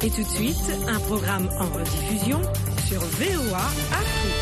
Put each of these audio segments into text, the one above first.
Et tout de suite, un programme en rediffusion sur VOA Afrique.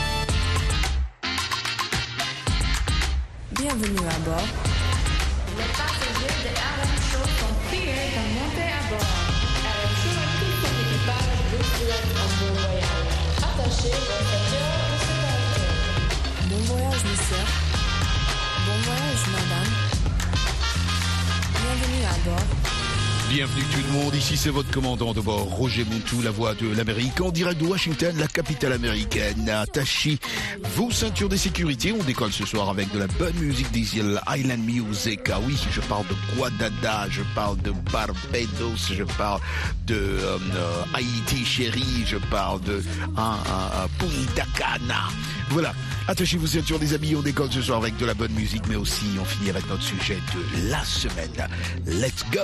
Bienvenue à bord. Les passagers de RM Show sont priés de monter à bord. RM Show et tout son équipage vous souhaitent un bon voyage. Attachez vos ceintures de sécurité. Bon voyage, monsieur. Bon voyage, madame. Bienvenue à bord. Bienvenue tout le monde, ici c'est votre commandant de bord, Roger Montou, la voix de l'Amérique, en direct de Washington, la capitale américaine. Attachez vos ceintures de sécurité, on décolle ce soir avec de la bonne musique des îles Island Music. Ah oui, je parle de Guadada, je parle de Barbados, je parle de Haïti chérie, je parle de Punta Cana. Voilà, attachez vos ceintures des amis, on décolle ce soir avec de la bonne musique, mais aussi on finit avec notre sujet de la semaine. Let's go!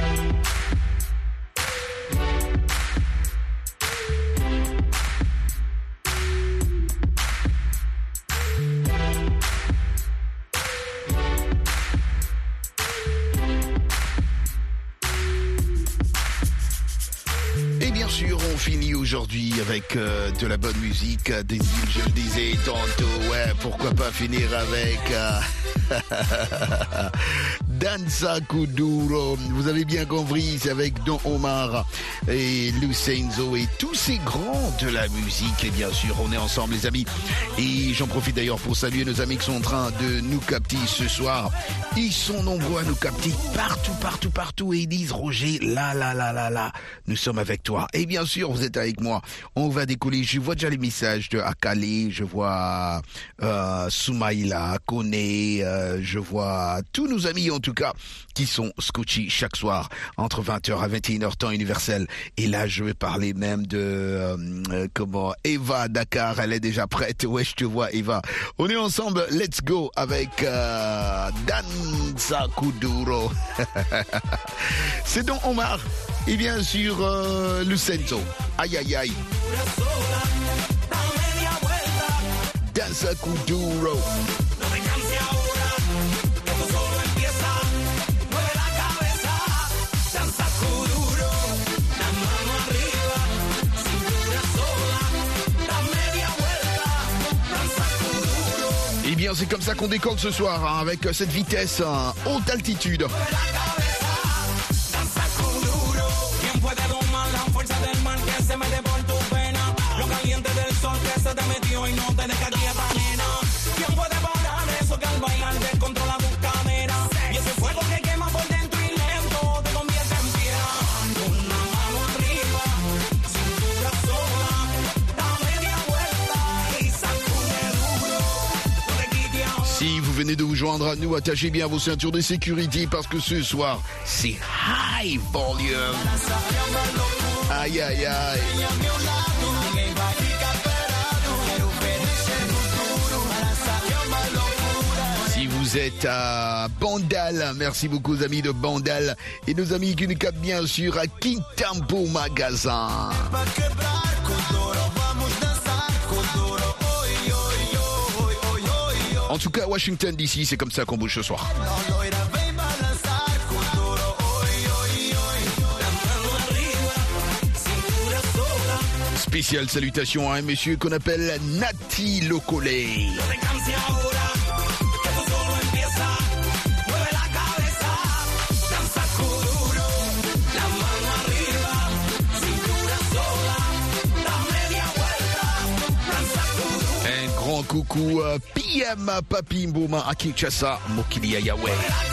Et bien sûr, on finit aujourd'hui avec de la bonne musique des îles, je le disais tantôt. Ouais, pourquoi pas finir avec Danza Kuduro. Vous avez bien compris, c'est avec Don Omar et Lucenzo et tous ces grands de la musique. Et bien sûr, on est ensemble les amis. Et j'en profite d'ailleurs pour saluer nos amis qui sont en train de nous capter ce soir. Ils sont nombreux à nous capter partout. Et ils disent, Roger, là, nous sommes avec toi. Et bien sûr, vous êtes avec moi. On va décoller. Je vois déjà les messages de Akale. Je vois Soumaïla, Kone. Je vois tous nos amis en tout cas qui sont scotchés chaque soir entre 20h à 21h temps universel. Et là je vais parler même de Eva Dakar, elle est déjà prête. Ouais, je te vois Eva. On est ensemble, let's go avec Danza Kuduro. C'est Don Omar et bien sûr Lucenzo. Aïe aïe aïe. Danza Kuduro. Eh bien, c'est comme ça qu'on décolle ce soir, hein, avec cette vitesse haute altitude. Si vous venez de vous joindre à nous, attachez bien vos ceintures de sécurité parce que ce soir, c'est high volume. Aïe, aïe, aïe. Si vous êtes à Bandal, merci beaucoup aux amis de Bandal et nos amis qui nous captent bien sûr à Kintampo Magasin. En tout cas, Washington DC, c'est comme ça qu'on bouge ce soir. Spéciale salutation à un monsieur qu'on appelle Nati Lokole. Coucou PM Papi Mboma à Kinshasa, Mokili Yahweh.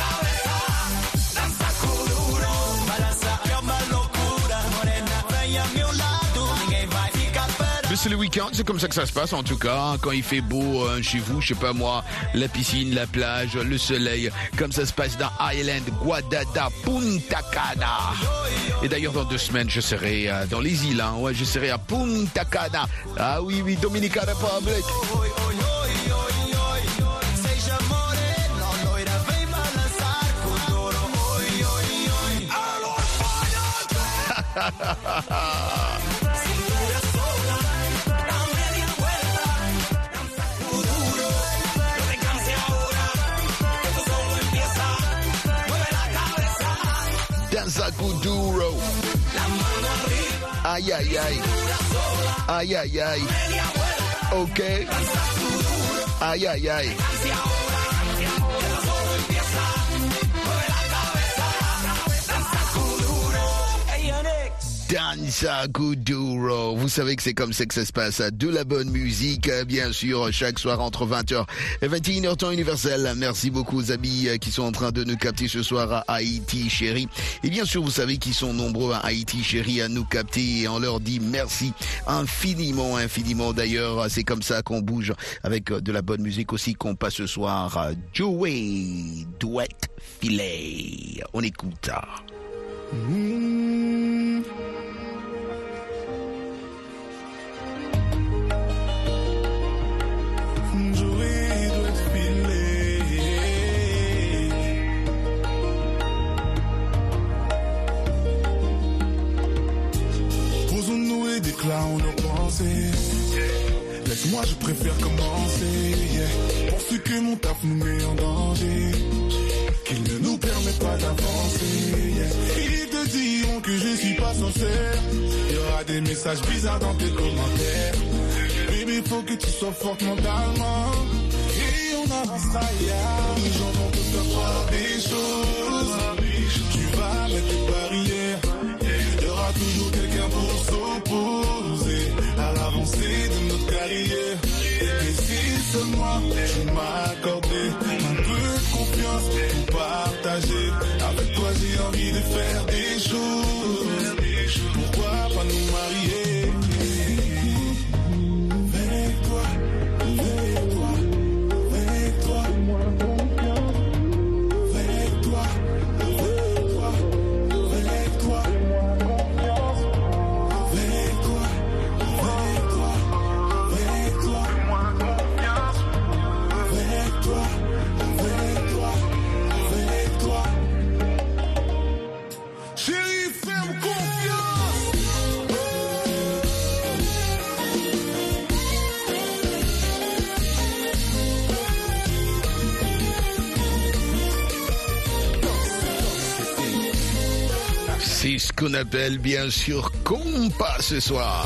Mais c'est le week-end, c'est comme ça que ça se passe en tout cas. Quand il fait beau chez vous, je sais pas moi, la piscine, la plage, le soleil, comme ça se passe dans Island, Guadada, Punta Cana. Et d'ailleurs dans 2 semaines, je serai dans les îles, hein. Ouais, je serai à Punta Cana. Ah oui, Dominican Republic. Danza Kuduro. Aïe aïe aïe. Aïe aïe aïe. Ok. Aïe aïe aïe. Danza Kuduro. Vous savez que c'est comme ça que ça se passe. De la bonne musique, bien sûr, chaque soir entre 20h et 21h temps universel. Merci beaucoup aux amis qui sont en train de nous capter ce soir à Haïti, chérie. Et bien sûr, vous savez qu'ils sont nombreux à Haïti, chérie, à nous capter. Et on leur dit merci infiniment, infiniment. D'ailleurs, c'est comme ça qu'on bouge avec de la bonne musique aussi qu'on passe ce soir. Joey Duet Filet. On écoute ça. Clown nos pensées. Laisse-moi, je préfère commencer. Penses-tu que mon taf nous met en danger? Qu'il ne nous permet pas d'avancer. Ils te diront que je suis pas sincère. Il y aura des messages bizarres dans tes commentaires. Baby, faut que tu sois forte mentalement. Et on avancera, les gens vont te faire croire des choses. Tu vas mettre des barrières. Il y aura toujours quelqu'un pour s'opposer à l'avancée de notre carrière. Et si seulement tu m'accordais un peu de confiance pour partager. Avec toi j'ai envie de faire des choses. Pourquoi pas nous marier? Avec toi, avec toi, avec toi, avec toi, avec toi, avec toi. C'est ce qu'on appelle bien sûr compas ce soir.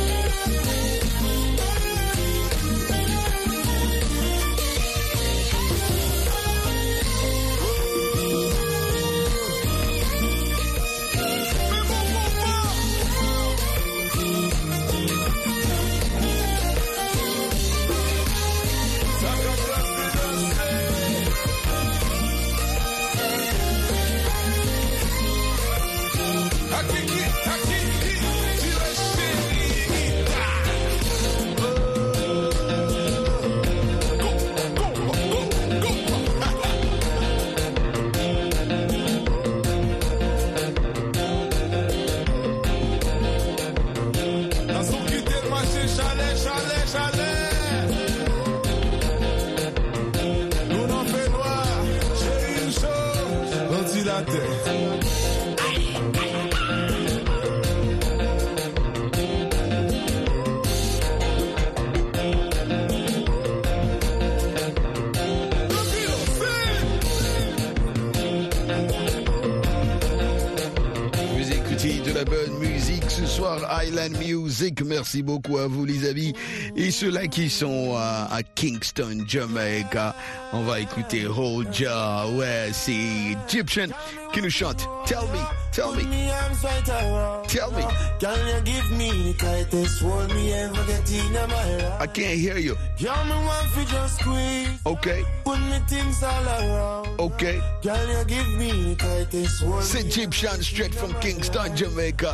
Island Music, merci beaucoup à vous les amis et ceux-là qui sont à Kingston, Jamaica. On va écouter Roja, ouais, c'est Egyptian qui nous chante. Tell me, tell me, tell me. Can you give me the tightest hold me ever get in my life? I can't hear you. You're me one for just squeeze. Okay. Put me things all around. Okay. Can you give me the tightest hold? C'est Egyptian straight from Kingston, Jamaica.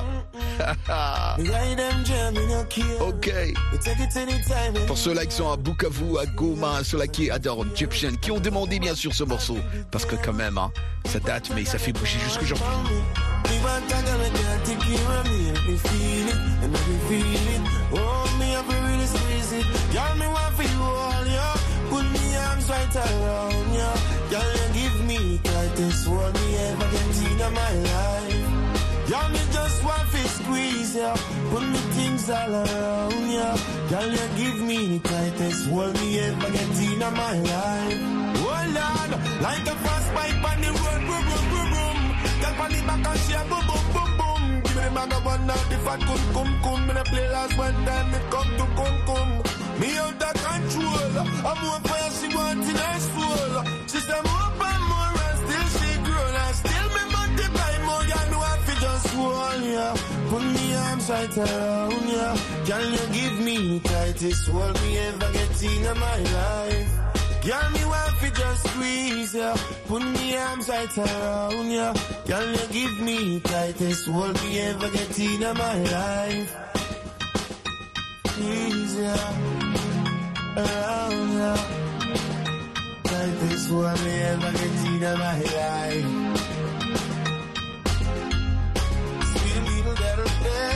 Ok. Pour ceux-là qui sont à Bukavu, à Goma, ceux-là qui adorent Egyptian, qui ont demandé bien sûr ce morceau, parce que quand même, hein, ça date, mais ça fait bouger jusqu'aujourd'hui. Yeah, me just want to squeeze ya, put me things all around ya. Girl, you give me the tightest hold me ever get in my life. Oh Lord, like a fast bike on the road, boom, boom, boom, boom. Girl, on the back and she I go burn out the fat cum. Me play last one time, me come to cum. Me out of control. I'm more fire, she want in her soul. She say more and more and still she grown. And still me multiply more, you know I feel just hold ya. Put me arms right around ya. Can you give me the tightest hold me ever get in my life? Girl, me want to just squeeze ya. Put me arms right around ya. Can you give me the tightest hold me ever get in my life? Please ya, around ya. Tightest hold me ever get in my life. Sweet little girl,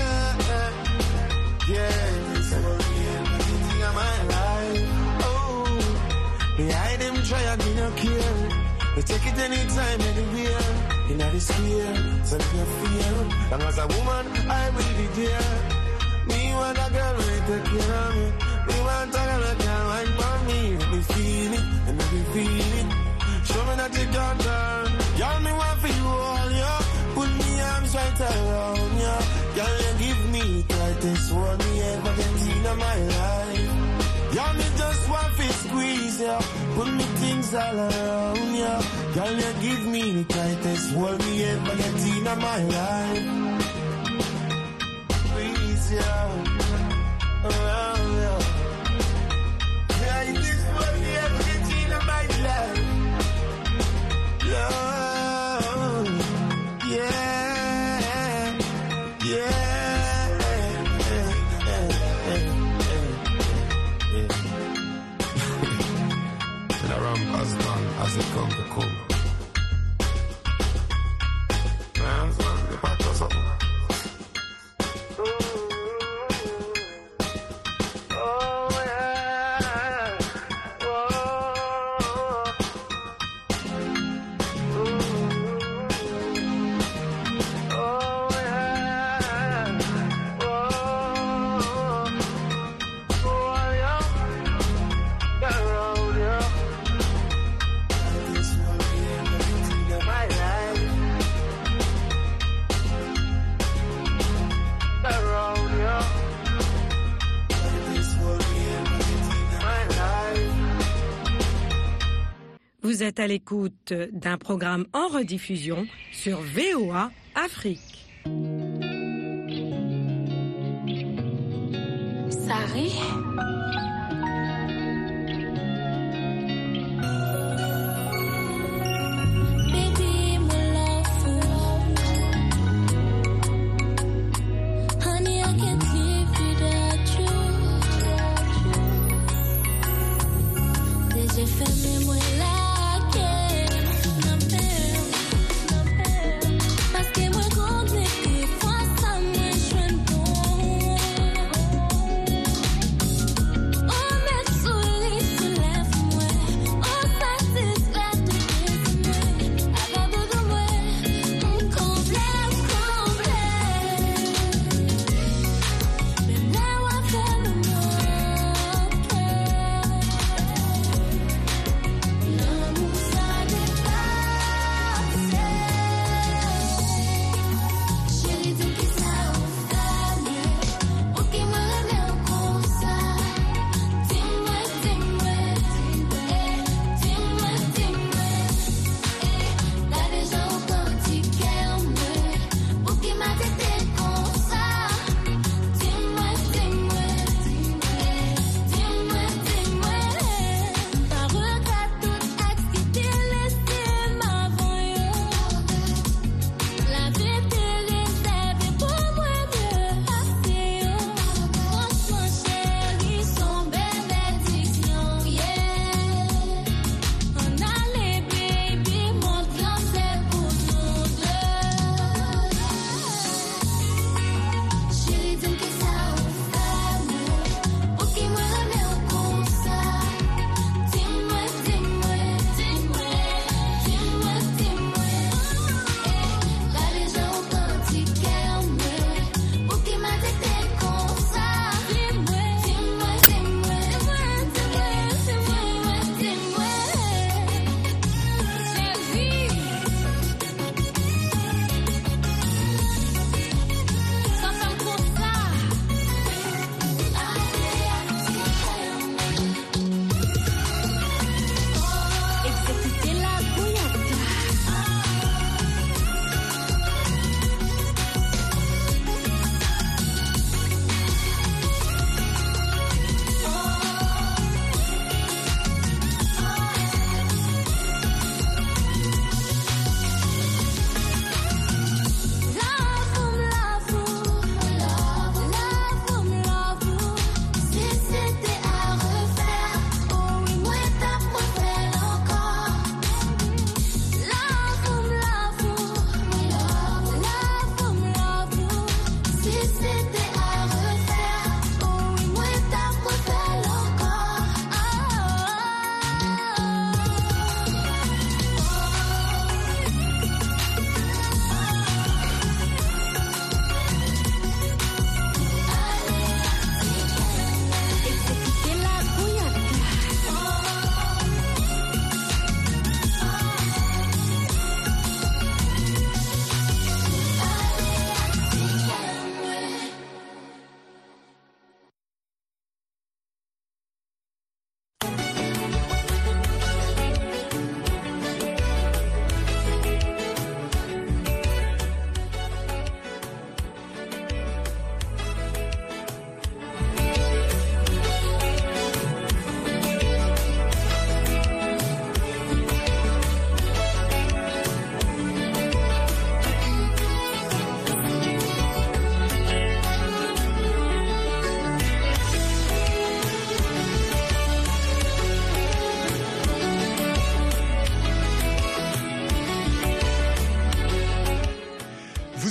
yeah, this hold me ever get in my life. Behind them try and me no care. We take it anytime, anywhere. In the square, so no fear. Long as a woman, I will be there. Me want a girl who take care of me. Me want a girl who can wine for me. Let me feel it, and let me feel it. Show me that you can turn. Girl, me want for you all, yeah. Put me arms right around, yeah. Girl, you give me tightest hold me ever get in my life. Y'all me just want to squeeze ya, put me things all around ya. Y'all you give me the tightest hold me ever get in my life. Squeeze ya, around ya. Tightest hold me ever get in my life. Yeah, yeah, yeah. As it come to come. Man, the back or something. Oh, yeah. Oh, yeah. Vous êtes à l'écoute d'un programme en rediffusion sur VOA Afrique. Sari.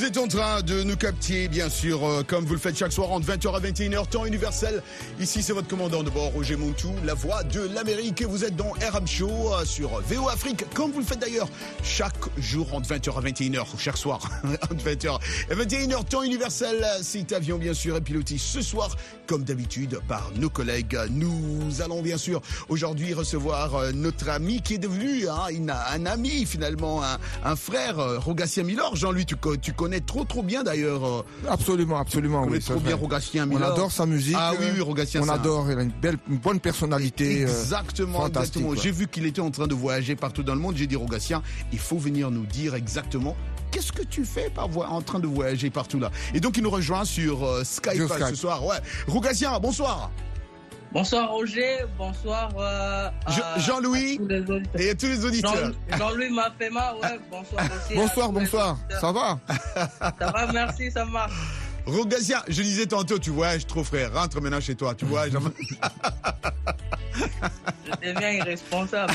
êtes en train de nous capter, bien sûr, comme vous le faites chaque soir, entre 20h à 21h, temps universel. Ici, c'est votre commandant de bord, Roger Montou, la voix de l'Amérique. Et vous êtes dans RM Show sur VO Afrique, comme vous le faites d'ailleurs chaque jour, entre 20h à 21h, chaque soir, entre 20h et 21h, temps universel. Cet avion, bien sûr, est piloté ce soir, comme d'habitude, par nos collègues. Nous allons, bien sûr, aujourd'hui recevoir notre ami qui est devenu un ami, finalement, un frère, Rogatien Milor. Jean-Louis, tu connais trop bien d'ailleurs. Absolument, On oui. est trop bien Rogatien Milor. On adore sa musique. Ah oui, Rogatien. On adore, il a une bonne personnalité. Exactement. Ouais. J'ai vu qu'il était en train de voyager partout dans le monde. J'ai dit, Rogatien, il faut venir nous dire exactement qu'est-ce que tu fais en train de voyager partout là. Et donc, il nous rejoint sur Skype ce soir. Ouais. Rogatien, bonsoir. Bonsoir Roger, bonsoir Jean-Louis et à tous les auditeurs. Jean-Louis Mafema, ouais, bonsoir aussi. Bonsoir, ça va? Ça va, merci, ça marche. Rogatien, je disais tantôt, tu voyages trop frère, rentre maintenant chez toi, tu vois. Je deviens irresponsable.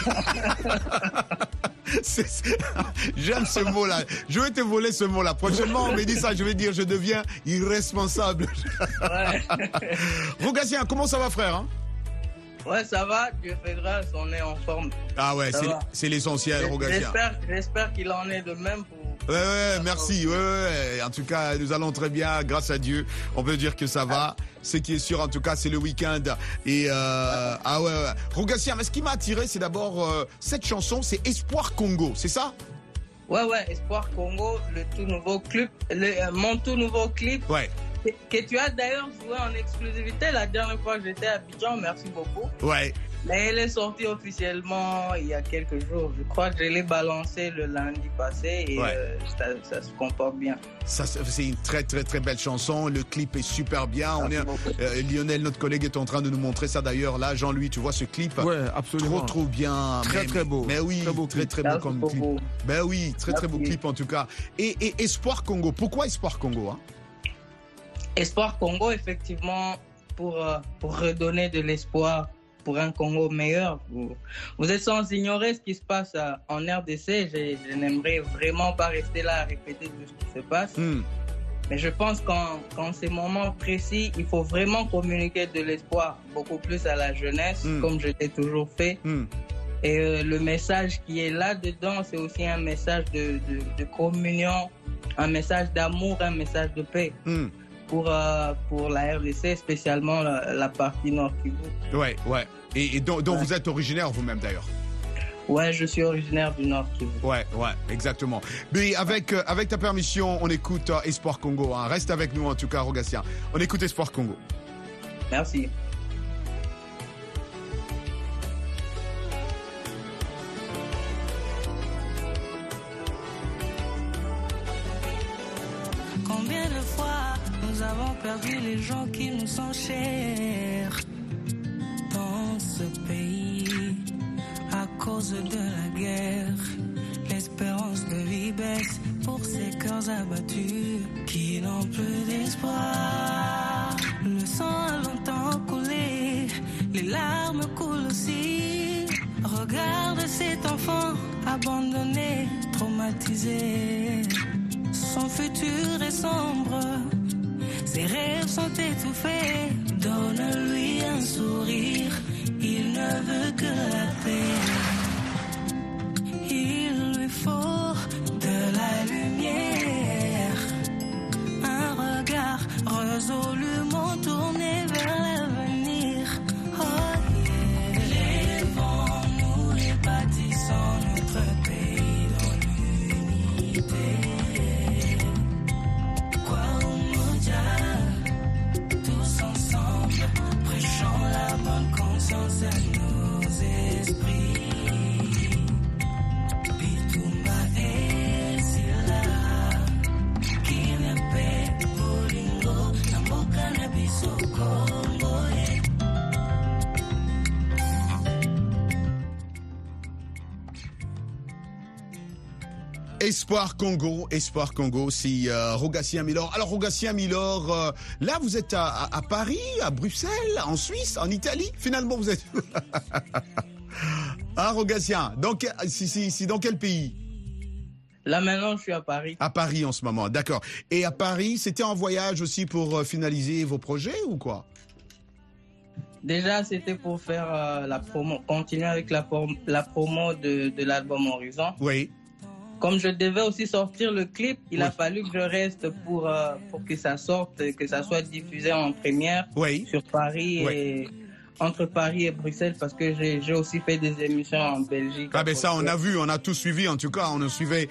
J'aime ce mot-là. Je vais te voler ce mot-là. Prochainement, on me dit ça, je vais dire je deviens irresponsable. Ouais. Rogatien, comment ça va, frère, hein? Ouais, ça va, Dieu fait grâce, on est en forme. Ah ouais, c'est l'essentiel, Rogatien. J'espère qu'il en est de même pour... Ouais, merci. Ouais. En tout cas, nous allons très bien, grâce à Dieu. On peut dire que ça va. Ce qui est sûr, en tout cas, c'est le week-end. Et ouais. Rogatien, mais ce qui m'a attiré, c'est d'abord cette chanson, c'est Espoir Congo, c'est ça? Ouais, Espoir Congo, le tout nouveau clip, mon tout nouveau clip. Ouais. Que tu as d'ailleurs joué en exclusivité la dernière fois que j'étais à Abidjan, merci beaucoup. Ouais. Mais elle est sortie officiellement il y a quelques jours. Je crois que je l'ai balancé le lundi passé et ça se comporte bien. Ça, c'est une très très très belle chanson. Le clip est super bien. Lionel, notre collègue, est en train de nous montrer ça d'ailleurs. Là, Jean-Louis, tu vois ce clip? Ouais, absolument. Trop bien. Très beau. Mais oui, très beau comme clip. Ben oui, très beau clip en tout cas. Et Espoir Congo. Pourquoi Espoir Congo, hein? Espoir Congo, effectivement, pour redonner de l'espoir pour un Congo meilleur. Vous êtes sans ignorer ce qui se passe en RDC. Je n'aimerais vraiment pas rester là à répéter tout ce qui se passe. Mais je pense qu'en ces moments précis, il faut vraiment communiquer de l'espoir beaucoup plus à la jeunesse, comme je l'ai toujours fait. Et le message qui est là-dedans, c'est aussi un message de communion, un message d'amour, un message de paix. Pour la RDC, spécialement la partie Nord Kivu. Ouais. Et dont vous êtes originaire vous-même d'ailleurs? Ouais, je suis originaire du Nord Kivu. Ouais, exactement. Mais avec ta permission, on écoute Espoir Congo. Hein. Reste avec nous en tout cas, Rogatien. On écoute Espoir Congo. Merci. Combien de fois nous avons perdu les gens qui nous sont chers dans ce pays à cause de la guerre. L'espérance de vie baisse pour ces cœurs abattus qui n'ont plus d'espoir. Le sang a longtemps coulé, les larmes coulent aussi. Regarde cet enfant abandonné, traumatisé. Son futur est sombre, ses rêves sont étouffés. Donne-lui un sourire, il ne veut que la paix. Il lui faut de la lumière, un regard résolument tourné vers l'avenir. Oh yeah. Lèvons-nous et bâtissons notre pays dans l'unité. Tous ensemble, prêchons la bonne conscience à nos esprits. Bitumba et Silla, Kinepe, Bolingo, Namboka Nabiso, Congo. Espoir Congo, c'est Rogatien Milor. Alors Rogatien Milor, là vous êtes à Paris, à Bruxelles, en Suisse, en Italie. Finalement vous êtes Rogatien. Donc c'est dans quel pays? Là, maintenant, je suis à Paris. À Paris en ce moment, d'accord. Et à Paris, c'était en voyage aussi pour finaliser vos projets ou quoi? Déjà, c'était pour faire la promo, continuer avec la promo de l'album Horizon. Oui. Comme je devais aussi sortir le clip, il a fallu que je reste pour que ça sorte, que ça soit diffusé en première sur Paris et entre Paris et Bruxelles, parce que j'ai aussi fait des émissions en Belgique. Ah ben ça, on a vu, on a tout suivi en tout cas, on suivait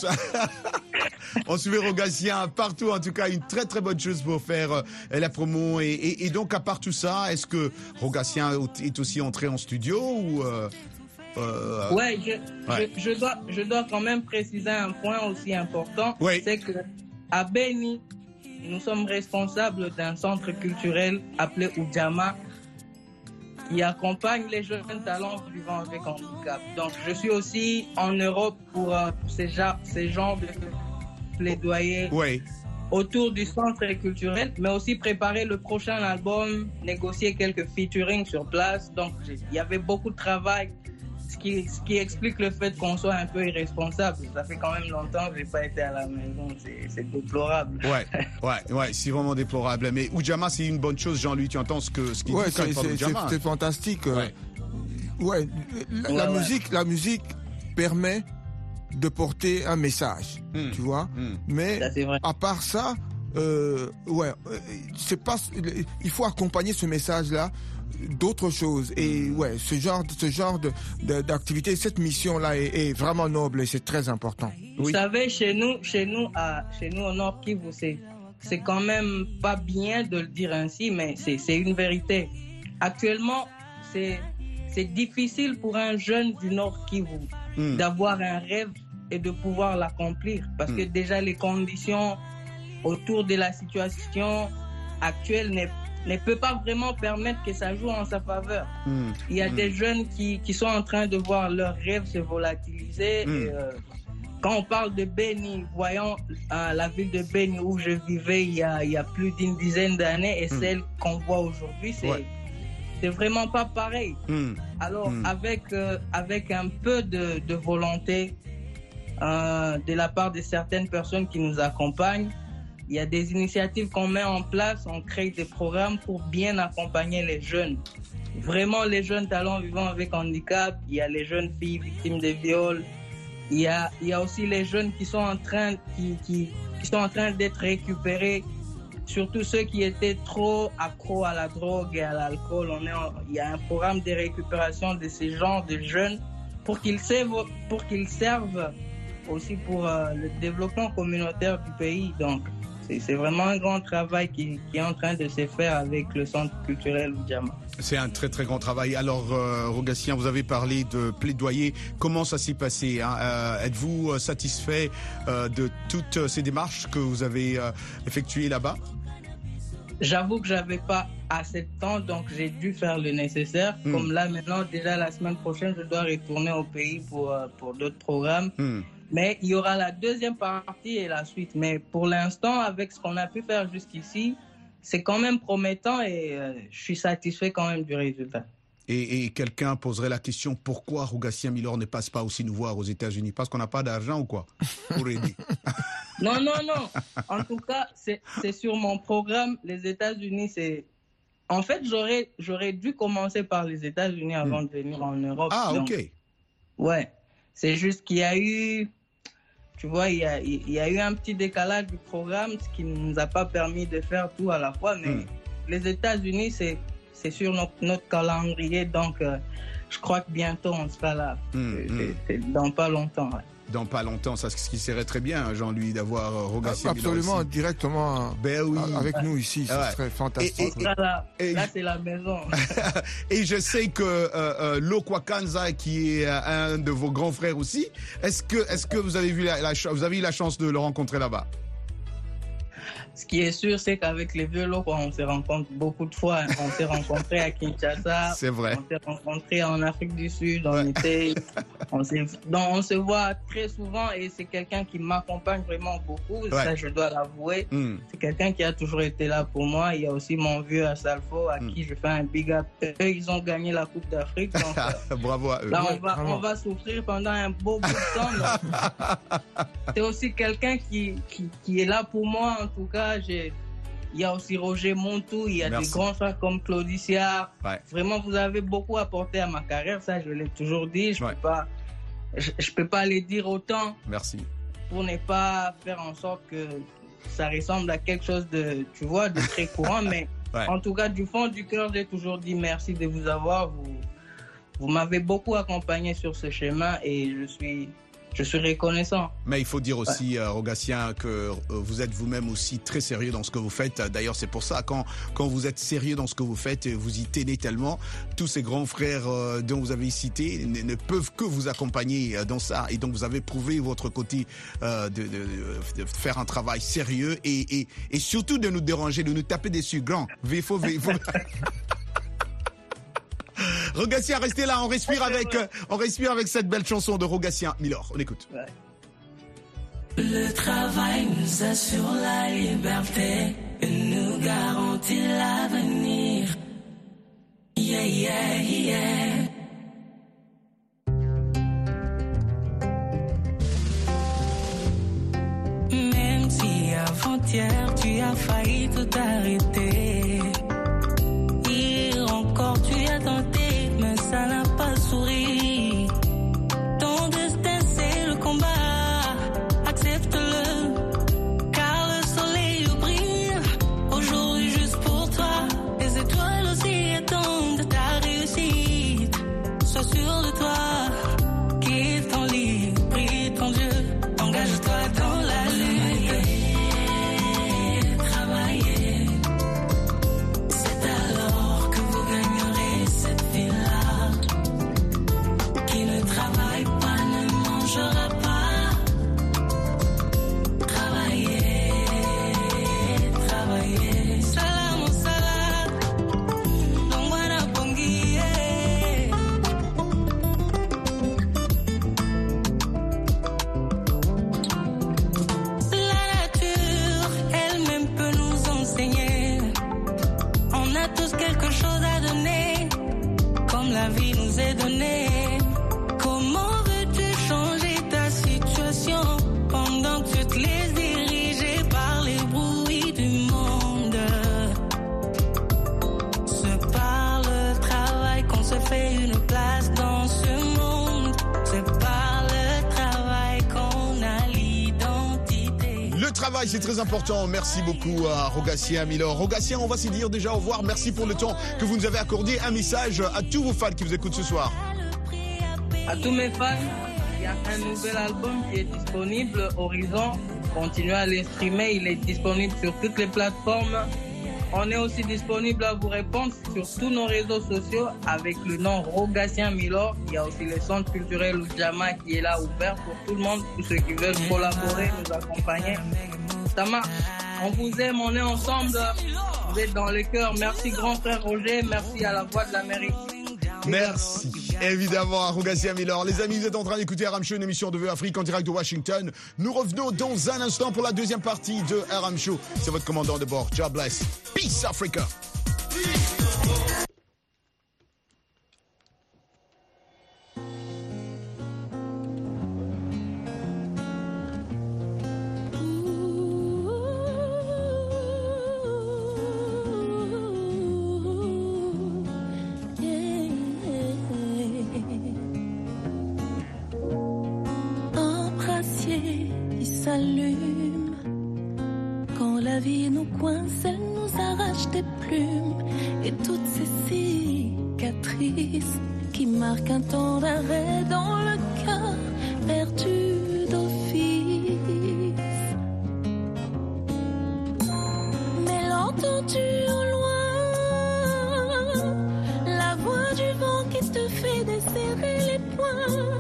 Rogatien partout, en tout cas une très très bonne chose pour faire la promo et donc à part tout ça, est-ce que Rogatien est aussi entré en studio ou je dois quand même préciser un point aussi important, c'est que à Beni, nous sommes responsables d'un centre culturel appelé Ujamaa qui accompagne les jeunes talents vivant avec handicap. Donc je suis aussi en Europe pour ces genres de plaidoyer autour du centre culturel, mais aussi préparer le prochain album, négocier quelques featuring sur place. Donc il y avait beaucoup de travail, ce qui explique le fait qu'on soit un peu irresponsable. Ça fait quand même longtemps que j'ai pas été à la maison, c'est déplorable. Ouais, c'est vraiment déplorable. Mais Ujamaa, c'est une bonne chose, Jean-Louis, tu entends ce qu'il dit quand il parle d'Ujamaa. C'est fantastique. La musique permet de porter un message, tu vois. Mais à part ça, c'est pas. Il faut accompagner ce message-là d'autres choses. Et ce genre d'activité, cette mission-là est vraiment noble et c'est très important. Vous savez, chez nous au Nord Kivu, c'est quand même pas bien de le dire ainsi, mais c'est une vérité. Actuellement, c'est difficile pour un jeune du Nord Kivu d'avoir un rêve et de pouvoir l'accomplir, parce que déjà les conditions autour de la situation actuelle ne peut pas vraiment permettre que ça joue en sa faveur. Il y a des jeunes qui sont en train de voir leurs rêves se volatiliser. Et, quand on parle de Beni, voyons la ville de Beni où je vivais il y a plus d'une dizaine d'années et celle qu'on voit aujourd'hui, c'est vraiment pas pareil. Alors avec un peu de volonté de la part de certaines personnes qui nous accompagnent, il y a des initiatives qu'on met en place, on crée des programmes pour bien accompagner les jeunes. Vraiment les jeunes talents vivant avec handicap, il y a les jeunes filles victimes de viols, il y a aussi les jeunes qui sont en train d'être récupérés, surtout ceux qui étaient trop accros à la drogue et à l'alcool. Il y a un programme de récupération de ces genres de jeunes pour qu'ils servent aussi pour le développement communautaire du pays. Donc c'est vraiment un grand travail qui est en train de se faire avec le centre culturel Ujamaa. C'est un très très grand travail. Alors Rogatien, vous avez parlé de plaidoyer. Comment ça s'est passé, hein? Êtes-vous satisfait de toutes ces démarches que vous avez effectuées là-bas? J'avoue que j'avais pas assez de temps, donc j'ai dû faire le nécessaire. Comme là maintenant, déjà la semaine prochaine, je dois retourner au pays pour d'autres programmes. Mais il y aura la deuxième partie et la suite. Mais pour l'instant, avec ce qu'on a pu faire jusqu'ici, c'est quand même promettant et je suis satisfait quand même du résultat. Et quelqu'un poserait la question, pourquoi Rogatien Milor ne passe pas aussi nous voir aux États-Unis? Parce qu'on n'a pas d'argent ou quoi? Non. En tout cas, c'est sur mon programme. Les États-Unis, c'est... En fait, j'aurais dû commencer par les États-Unis avant de venir en Europe. Ah, donc, ok. Ouais. C'est juste qu'il y a eu... Tu vois, il y a eu un petit décalage du programme, ce qui ne nous a pas permis de faire tout à la fois. Mais les États-Unis, c'est sur notre calendrier. Donc, je crois que bientôt, on sera là. C'est dans pas longtemps. Ouais. Dans pas longtemps, ça, ce qui serait très bien, Jean-Louis, d'avoir Rogatien Milor absolument, directement avec nous ici. Ce serait fantastique. Là, c'est la maison. Et je sais que Lokwakanza, qui est un de vos grands frères aussi, est-ce que vous avez eu la chance de le rencontrer là-bas? Ce qui est sûr, c'est qu'avec les vieux locaux, on se rencontre beaucoup de fois. On s'est rencontrés à Kinshasa. C'est vrai. On s'est rencontrés en Afrique du Sud. On se voit très souvent et c'est quelqu'un qui m'accompagne vraiment beaucoup. Ouais. Ça, je dois l'avouer. C'est quelqu'un qui a toujours été là pour moi. Il y a aussi mon vieux à Salfo, à qui je fais un big up. Eux, ils ont gagné la Coupe d'Afrique. Donc, bravo à eux. là, on va souffrir pendant un beau bout de temps. C'est aussi quelqu'un qui est là pour moi, en tout cas. Il y a aussi Roger Montou, il y a des grands frères comme Claudicia. Ouais. Vraiment, vous avez beaucoup apporté à ma carrière, ça je l'ai toujours dit. Je peux pas les dire autant. Merci. Pour ne pas faire en sorte que ça ressemble à quelque chose de, tu vois, de très courant. Mais en tout cas, du fond du cœur, j'ai toujours dit merci de vous avoir. Vous m'avez beaucoup accompagné sur ce chemin et je suis reconnaissant. Mais il faut dire aussi, Rogatien, que vous êtes vous-même aussi très sérieux dans ce que vous faites. D'ailleurs, c'est pour ça, quand vous êtes sérieux dans ce que vous faites, vous y tenez tellement. Tous ces grands frères dont vous avez cité ne peuvent que vous accompagner dans ça. Et donc, vous avez prouvé votre côté de faire un travail sérieux et surtout de nous déranger, de nous taper dessus. Grand, VFO. Rogatien, restez là, on respire avec cette belle chanson de Rogatien Milor. On écoute. Ouais. Le travail nous assure la liberté et nous garantit l'avenir. Yeah, yeah, yeah. Même si avant-hier tu as failli tout arrêter, hier encore tu as tenté, mais ça n'a pas souri. Ton destin c'est le combat, accepte-le, car le soleil brille aujourd'hui juste pour toi. Les étoiles aussi attendent ta réussite. Sois sûr de toi, quitte ton lit, prie ton Dieu, engage-toi dans la lutte. Travailler, c'est alors que vous gagnerez cette vie-là. Qui ne travaille pas ne mangera pas. Travailler, travailler. Salam au salade, dongwana ponguier. La nature elle-même peut nous enseigner. On a tous quelque chose à donner, comme la vie nous est donnée. Comment veux-tu changer ta situation pendant que tu te laisses diriger par les bruits du monde? C'est par le travail qu'on se fait une place dans ce monde. C'est par le travail qu'on a l'identité. Le travail, c'est très important. Merci beaucoup à Rogatien Milor. Rogatien, on va se dire déjà au revoir. Merci pour le temps que vous nous avez accordé. Un message à tous vos fans qui vous écoutent ce soir. À tous mes fans, il y a un nouvel album qui est disponible, Horizon. Continuez à les streamer, il est disponible sur toutes les plateformes. On est aussi disponible à vous répondre sur tous nos réseaux sociaux avec le nom Rogatien Milor. Il y a aussi le centre culturel Oudjama qui est là ouvert pour tout le monde, tous ceux qui veulent collaborer, nous accompagner. Ça marche. On vous aime, on est ensemble. Vous êtes dans les cœurs. Merci grand frère Roger, merci à la Voix de l'Amérique. Merci évidemment à Rogatien Milor. Les amis, vous êtes en train d'écouter RM Show, une émission de VO Afrique en direct de Washington. Nous revenons dans un instant pour la deuxième partie de RM Show. C'est votre commandant de bord, God bless. Peace Africa. Un brassier qui s'allume. Quand la vie nous coince, elle nous arrache des plumes. Et toutes ces cicatrices qui marquent un temps d'arrêt dans le cœur perdu d'office. Mais l'entends-tu au loin? La voix du vent qui te fait desserrer les poings.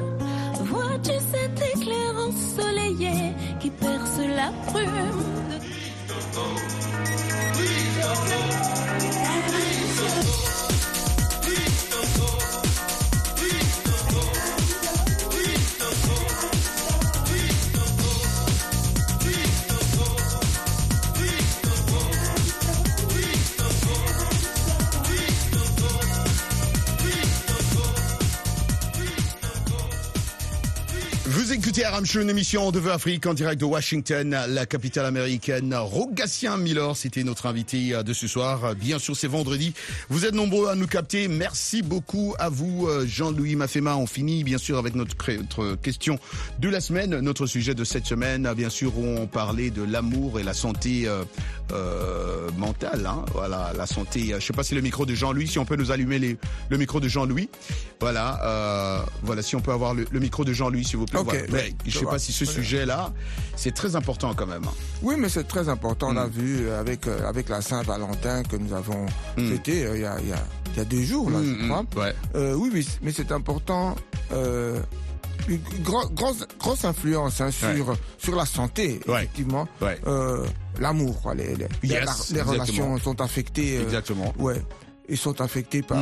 Vois-tu cet éclair ensoleillé qui perce la brume? Vous écoutez Aram Show, une émission de Vœux Afrique en direct de Washington, la capitale américaine. Rogatien Miller, c'était notre invité de ce soir. Bien sûr, c'est vendredi. Vous êtes nombreux à nous capter. Merci beaucoup à vous, Jean-Louis Mafema. On finit, bien sûr, avec notre question de la semaine, notre sujet de cette semaine. Bien sûr, on parlait de l'amour et la santé mentale. Hein. Voilà, la santé. Je sais pas si le micro de Jean-Louis, si on peut nous allumer le micro de Jean-Louis. Voilà, voilà, si on peut avoir le micro de Jean-Louis, s'il vous plaît. Okay, voilà. Je ne sais pas si ce sujet-là, c'est très important quand même. Oui, mais c'est très important. On a vu avec la Saint-Valentin que nous avons fêté il y a 2 jours, là, je crois. Ouais. Oui, mais c'est important. Une grosse influence hein, sur la santé, effectivement. Ouais. L'amour, quoi. Les relations sont affectées. Exactement. Ouais. Ils sont affectés par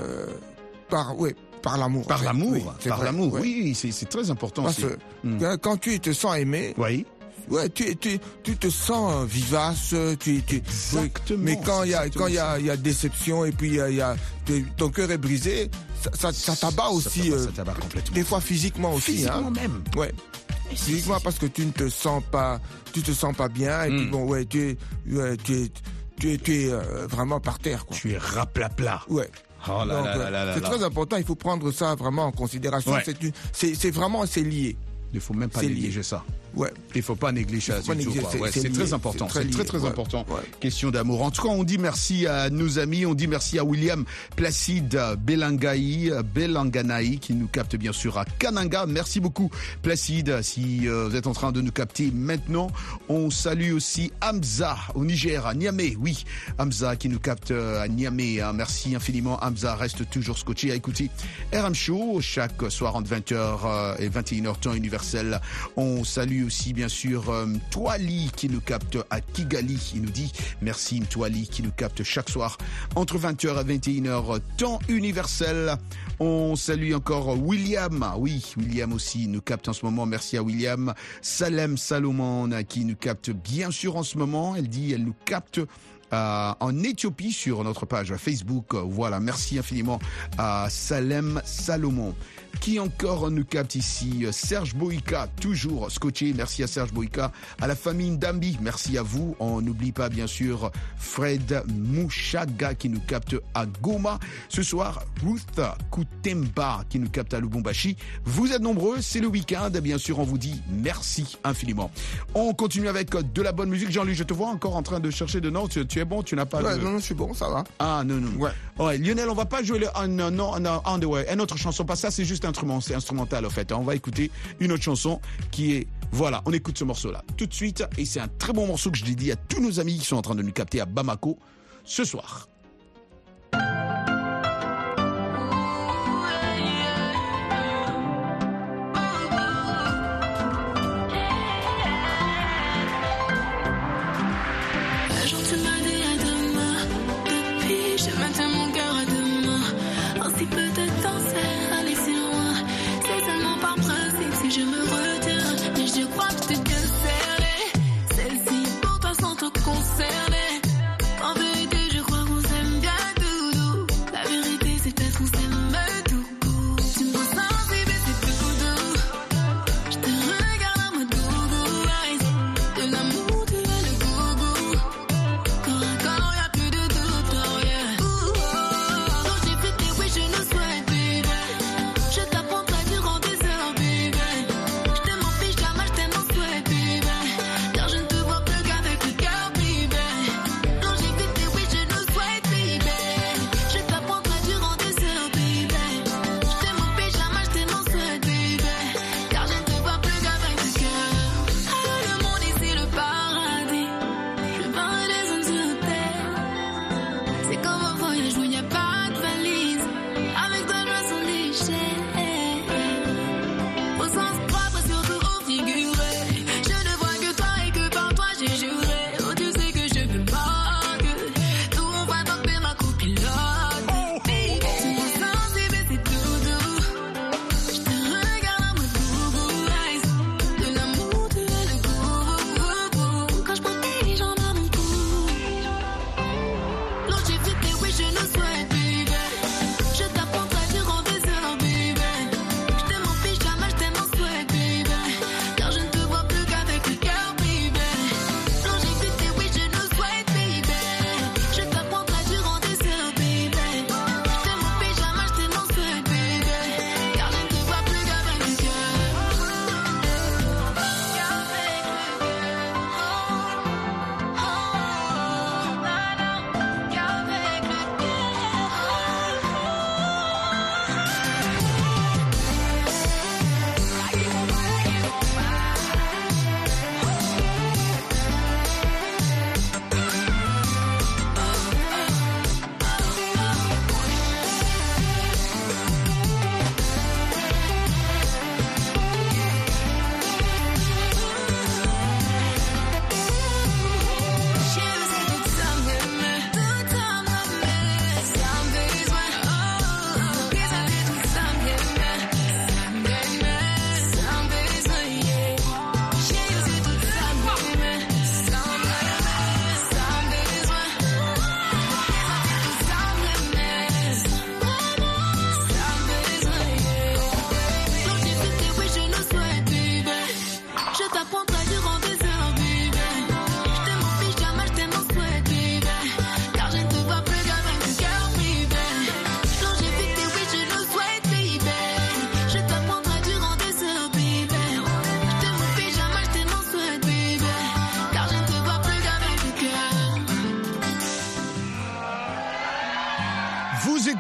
l'amour. Par l'amour, ouais. Oui, c'est très important. Parce que quand tu te sens aimé, tu te sens vivace. Exactement. Mais quand il y a déception et puis ton cœur est brisé, ça t'abat aussi. Ça t'abat complètement. Des fois physiquement aussi. Physiquement même. Ouais. Physiquement parce que tu ne te sens pas bien et puis bon tu es vraiment par terre, quoi. Tu es raplapla. Ouais. Oh là donc, là. C'est très important, il faut prendre ça vraiment en considération. Ouais. C'est lié. Il ne faut même pas négliger ça. Ouais. Il ne faut pas négliger ça. C'est très important. C'est très important. Ouais. Question d'amour. En tout cas, on dit merci à nos amis. On dit merci à William Placide Belanganaï qui nous capte bien sûr à Kananga. Merci beaucoup Placide. Si vous êtes en train de nous capter maintenant, on salue aussi Hamza au Niger, à Niamey. Oui, Hamza qui nous capte à Niamey. Merci infiniment Hamza. Reste toujours scotché à écouter RM Show chaque soir entre 20h et 21h temps universel. On salue aussi bien sûr Mtwali qui nous capte à Kigali. Il nous dit merci Mtwali qui nous capte chaque soir entre 20h et 21h temps universel. On salue encore William. Oui, William aussi nous capte en ce moment. Merci à William. Salem Salomon qui nous capte bien sûr en ce moment. Elle nous capte en Éthiopie sur notre page Facebook. Voilà, merci infiniment à Salem Salomon. Qui encore nous capte ici? Serge Boïka, toujours scotché. Merci à Serge Boïka. À la famille Ndambi, merci à vous. On n'oublie pas bien sûr Fred Mouchaga qui nous capte à Goma. Ce soir, Ruth Kutemba qui nous capte à Lubumbashi. Vous êtes nombreux, c'est le week-end. Bien sûr, on vous dit merci infiniment. On continue avec de la bonne musique. Jean-Louis, je te vois encore en train de chercher de notes. Tu es bon, tu n'as pas Non, je suis bon, ça va. Ah, non. Ouais, Lionel, on va pas jouer le Underwear. Une autre chanson, pas ça, c'est juste c'est instrumental en fait. On va écouter une autre chanson qui est... Voilà, on écoute ce morceau-là tout de suite. Et c'est un très bon morceau que je dédie à tous nos amis qui sont en train de nous capter à Bamako ce soir. Je me retiens, mais je crois que t'es concernée. Celle-ci pour toi sans te concerner. En vérité, je crois qu'on s'est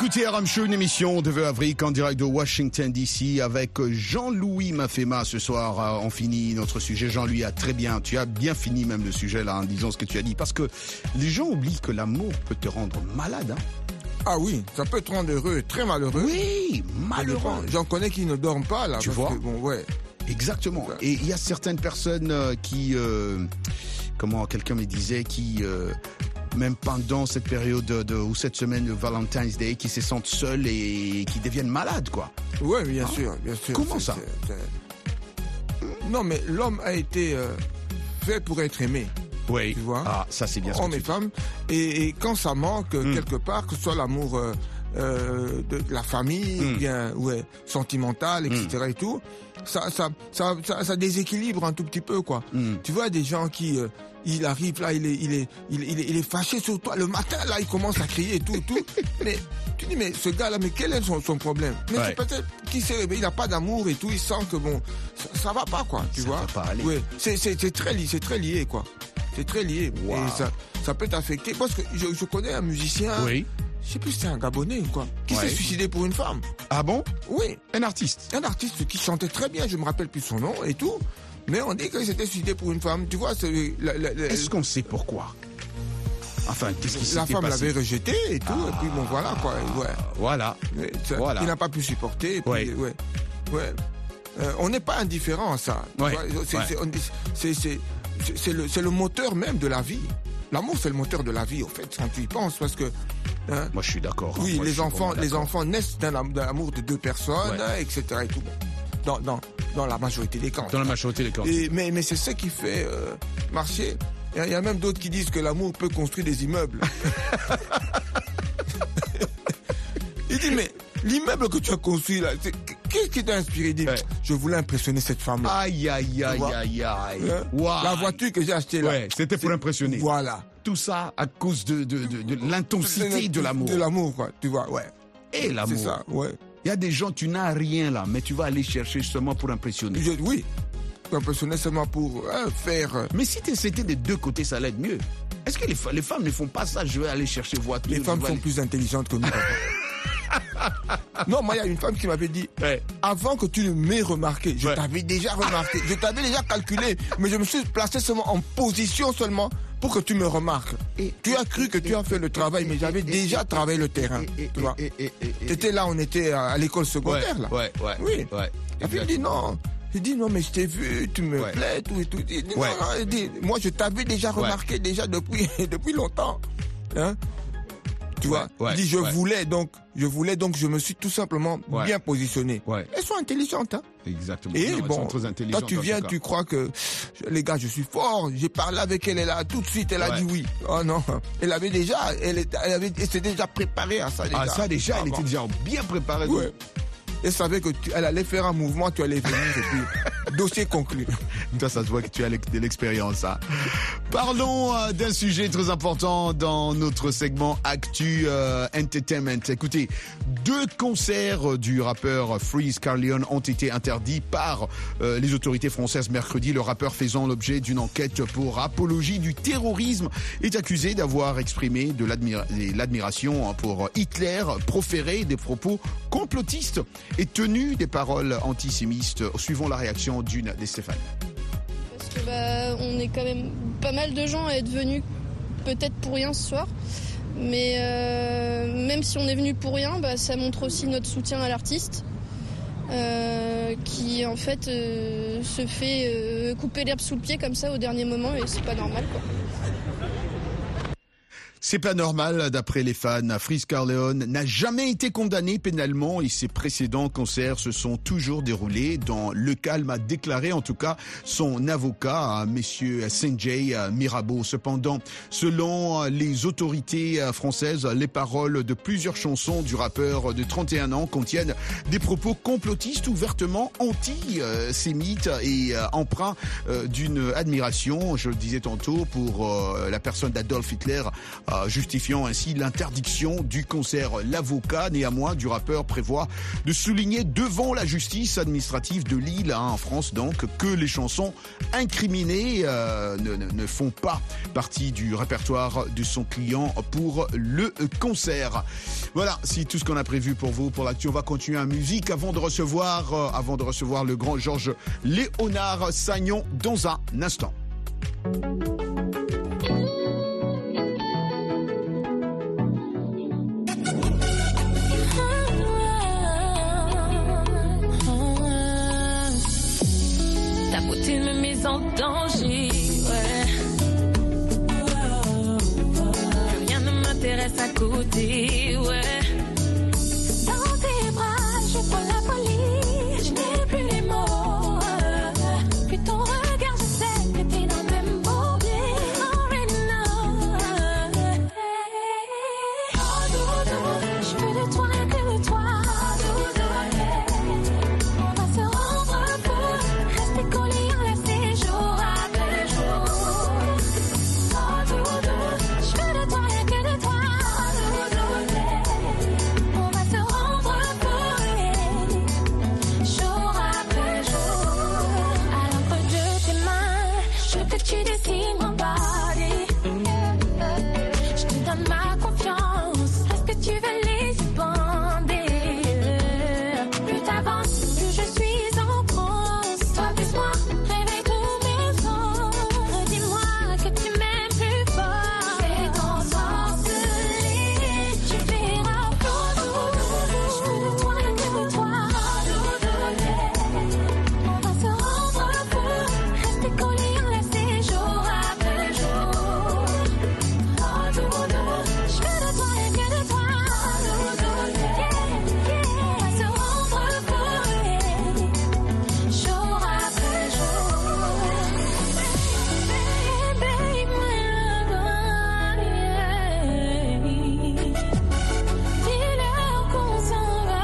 écoutez RM Show, une émission de VO Afrique en direct de Washington DC avec Jean-Louis Mafema. Ce soir, on finit notre sujet. Jean-Louis tu as bien fini même le sujet là en disant ce que tu as dit. Parce que les gens oublient que l'amour peut te rendre malade. Hein. Ah oui, ça peut te rendre heureux, très malheureux. Oui, malheureux. J'en connais qui ne dorment pas là. Tu vois ouais. Exactement. Et il y a certaines personnes qui... quelqu'un me disait qui... même pendant cette période ou cette semaine de Valentine's Day, qui se sentent seuls et qui deviennent malades, quoi. Oui, bien sûr. Comment ça Non, mais l'homme a été fait pour être aimé. Oui. Tu vois. Ah, ça c'est bien. Hommes et femmes. Et quand ça manque quelque part, que ce soit l'amour de la famille, ou bien sentimental, etc. et tout, ça déséquilibre un tout petit peu, quoi. Tu vois des gens qui il arrive là, il est fâché sur toi le matin, là il commence à crier et tout. Mais tu dis mais ce gars là, mais quel est son problème? Mais c'est peut-être qu'il s'est réveillé, il n'a pas d'amour et tout, il sent que bon ça va pas, quoi, tu vois. Ça va pas aller. Ouais, c'est très lié, quoi. C'est très lié. Wow. Et ça peut t'affecter parce que je connais un musicien. Oui. Je sais plus si c'est un Gabonais ou quoi, qui s'est suicidé pour une femme. Ah bon? Oui. Un artiste qui chantait très bien, je me rappelle plus son nom et tout. Mais on dit qu'il s'était suicidé pour une femme. Tu vois, est-ce qu'on sait pourquoi? Enfin, qu'est-ce qui s'est passé? La femme l'avait rejeté et tout, et puis bon, voilà, quoi. Ouais. Voilà. Il n'a pas pu supporter. Et puis, on n'est pas indifférent à ça. C'est le moteur même de la vie. L'amour, c'est le moteur de la vie, au fait, quand tu y penses, parce que... Moi, je suis d'accord. Oui, moi, les enfants naissent d'un amour de deux personnes, etc. et tout. Dans la majorité des cas. Dans la majorité des cas. Mais c'est ça qui fait marcher. Il y a même d'autres qui disent que l'amour peut construire des immeubles. Il dit, mais l'immeuble que tu as construit là, qu'est-ce qui t'a inspiré? Il dit, je voulais impressionner cette femme-là. Aïe. Wow. La voiture que j'ai achetée là. C'était pour l'impressionner. Voilà. Tout ça à cause de l'intensité de l'amour. De l'amour, quoi. Tu vois, Et l'amour. C'est ça, Il y a des gens, tu n'as rien là, mais tu vas aller chercher seulement pour impressionner. Oui, pour impressionner seulement pour faire... Mais si c'était des deux côtés, ça allait être mieux. Est-ce que les femmes ne font pas ça? Je vais aller chercher voiture. Les femmes sont plus intelligentes que nous, papa. Non, moi, il y a une femme qui m'avait dit, avant que tu ne m'aies remarqué, je t'avais déjà remarqué, je t'avais déjà calculé, mais je me suis placé seulement en position seulement pour que tu me remarques. Tu as cru que tu as fait le travail, mais j'avais déjà travaillé le terrain. Tu vois. T'étais là, on était à l'école secondaire, là. Oui. Et puis il dit non. Il dit non, mais je t'ai vu, tu me plais, tout et tout. Il dit, non, il dit, moi je t'avais déjà remarqué déjà depuis longtemps. Hein? Tu vois, il dit je voulais donc je me suis tout simplement bien positionné. Elles sont intelligentes, hein. Exactement. Et non, bon, toi tu viens, tu crois que les gars, je suis fort. J'ai parlé avec elle, elle a tout de suite, elle a dit oui. Oh non, elle s'était déjà préparée à ça déjà. Ah ça déjà, elle était déjà bien préparée. Ouais. Elle savait que elle allait faire un mouvement, tu allais venir et puis dossier conclu. Toi, ça se voit que tu as de l'expérience. Hein. Parlons d'un sujet très important dans notre segment Actu Entertainment. Écoutez, 2 concerts du rappeur Freeze Carleon ont été interdits par les autorités françaises mercredi. Le rappeur, faisant l'objet d'une enquête pour apologie du terrorisme, est accusé d'avoir exprimé de l'admiration pour Hitler, proféré des propos complotistes et tenu des paroles antisémites, suivant la réaction d'une des Stéphane. Parce que on est quand même pas mal de gens à être venus peut-être pour rien ce soir, mais même si on est venu pour rien, ça montre aussi notre soutien à l'artiste qui en fait se fait couper l'herbe sous le pied comme ça au dernier moment, et c'est pas normal, quoi. C'est pas normal, d'après les fans. Freeze Carleon n'a jamais été condamné pénalement et ses précédents concerts se sont toujours déroulés dans le calme, a déclaré en tout cas son avocat, monsieur Sanjay Mirabeau. Cependant, selon les autorités françaises, les paroles de plusieurs chansons du rappeur de 31 ans contiennent des propos complotistes ouvertement antisémites et empreints d'une admiration, je le disais tantôt, pour la personne d'Adolf Hitler, justifiant ainsi l'interdiction du concert. L'avocat, néanmoins, du rappeur prévoit de souligner devant la justice administrative de Lille, en France donc, que les chansons incriminées ne font pas partie du répertoire de son client pour le concert. Voilà, c'est tout ce qu'on a prévu pour vous pour l'actu. On va continuer en musique avant de recevoir le grand Georges Léonard Sagnon dans un instant. Ta beauté me met en danger, ouais. Plus rien ne m'intéresse à côté, ouais. Dans tes bras, je prends la folie, je n'ai plus les mots. Puis ton regard, je sais que t'es dans le même bourbier. Already know. Oh, doudou, je veux de toi rien que de toi. Doudou, on va se rendre fou, rester collés enlacés jour après jour. Oh, doudou, je veux de toi rien que de toi. Doudou, on va se rendre fou, jour après jour. À l'encre de tes mains, je veux que tu dessines mon body. Je te donne ma confiance. Est-ce que tu veux les bander? Plus t'avances, plus je suis en transe. Toi plus moi, réveille tous mes sens. Dis-moi que tu m'aimes plus fort. Fais t'ensorceler, tu verras flou. Je veux de toi rien que de toi. On va se rendre fou, rester collés enlacés jour après jour. Oh doudou, je veux de toi rien que de toi. On va se rendre fou, jour après jour. Baby, dis-leur qu'on s'en va.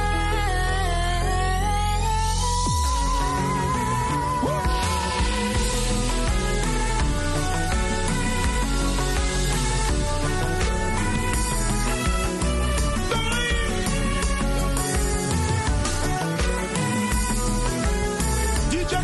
DJ